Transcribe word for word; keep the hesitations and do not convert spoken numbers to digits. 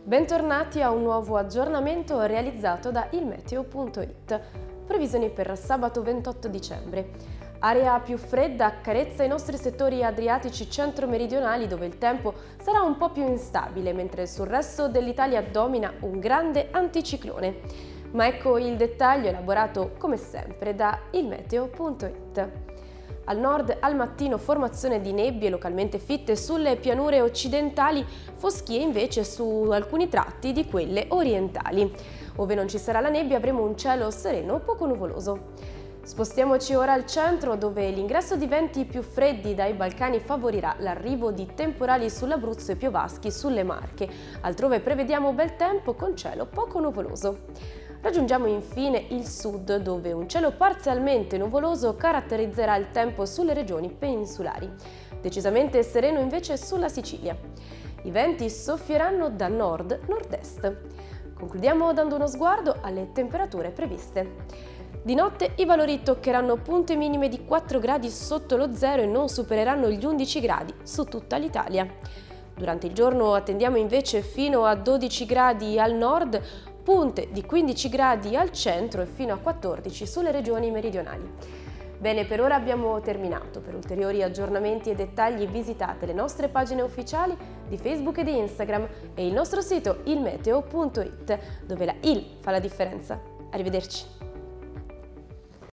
Bentornati a un nuovo aggiornamento realizzato da il meteo punto it. Previsioni per sabato ventotto dicembre. Area più fredda accarezza i nostri settori adriatici centro-meridionali dove il tempo sarà un po' più instabile, mentre sul resto dell'Italia domina un grande anticiclone. Ma ecco il dettaglio elaborato come sempre da il meteo punto it. Al nord al mattino formazione di nebbie localmente fitte sulle pianure occidentali, foschie invece su alcuni tratti di quelle orientali. Ove non ci sarà la nebbia avremo un cielo sereno poco nuvoloso. Spostiamoci ora al centro dove l'ingresso di venti più freddi dai Balcani favorirà l'arrivo di temporali sull'Abruzzo e piovaschi sulle Marche. Altrove prevediamo bel tempo con cielo poco nuvoloso. Raggiungiamo infine il sud, dove un cielo parzialmente nuvoloso caratterizzerà il tempo sulle regioni peninsulari. Decisamente sereno invece sulla Sicilia. I venti soffieranno da nord-nord-est. Concludiamo dando uno sguardo alle temperature previste. Di notte i valori toccheranno punte minime di quattro gradi sotto lo zero e non supereranno gli undici gradi su tutta l'Italia. Durante il giorno attendiamo invece fino a dodici gradi al nord, punte di quindici gradi al centro e fino a quattordici sulle regioni meridionali. Bene, per ora abbiamo terminato. Per ulteriori aggiornamenti e dettagli visitate le nostre pagine ufficiali di Facebook e di Instagram e il nostro sito il meteo punto it, dove la il fa la differenza. Arrivederci!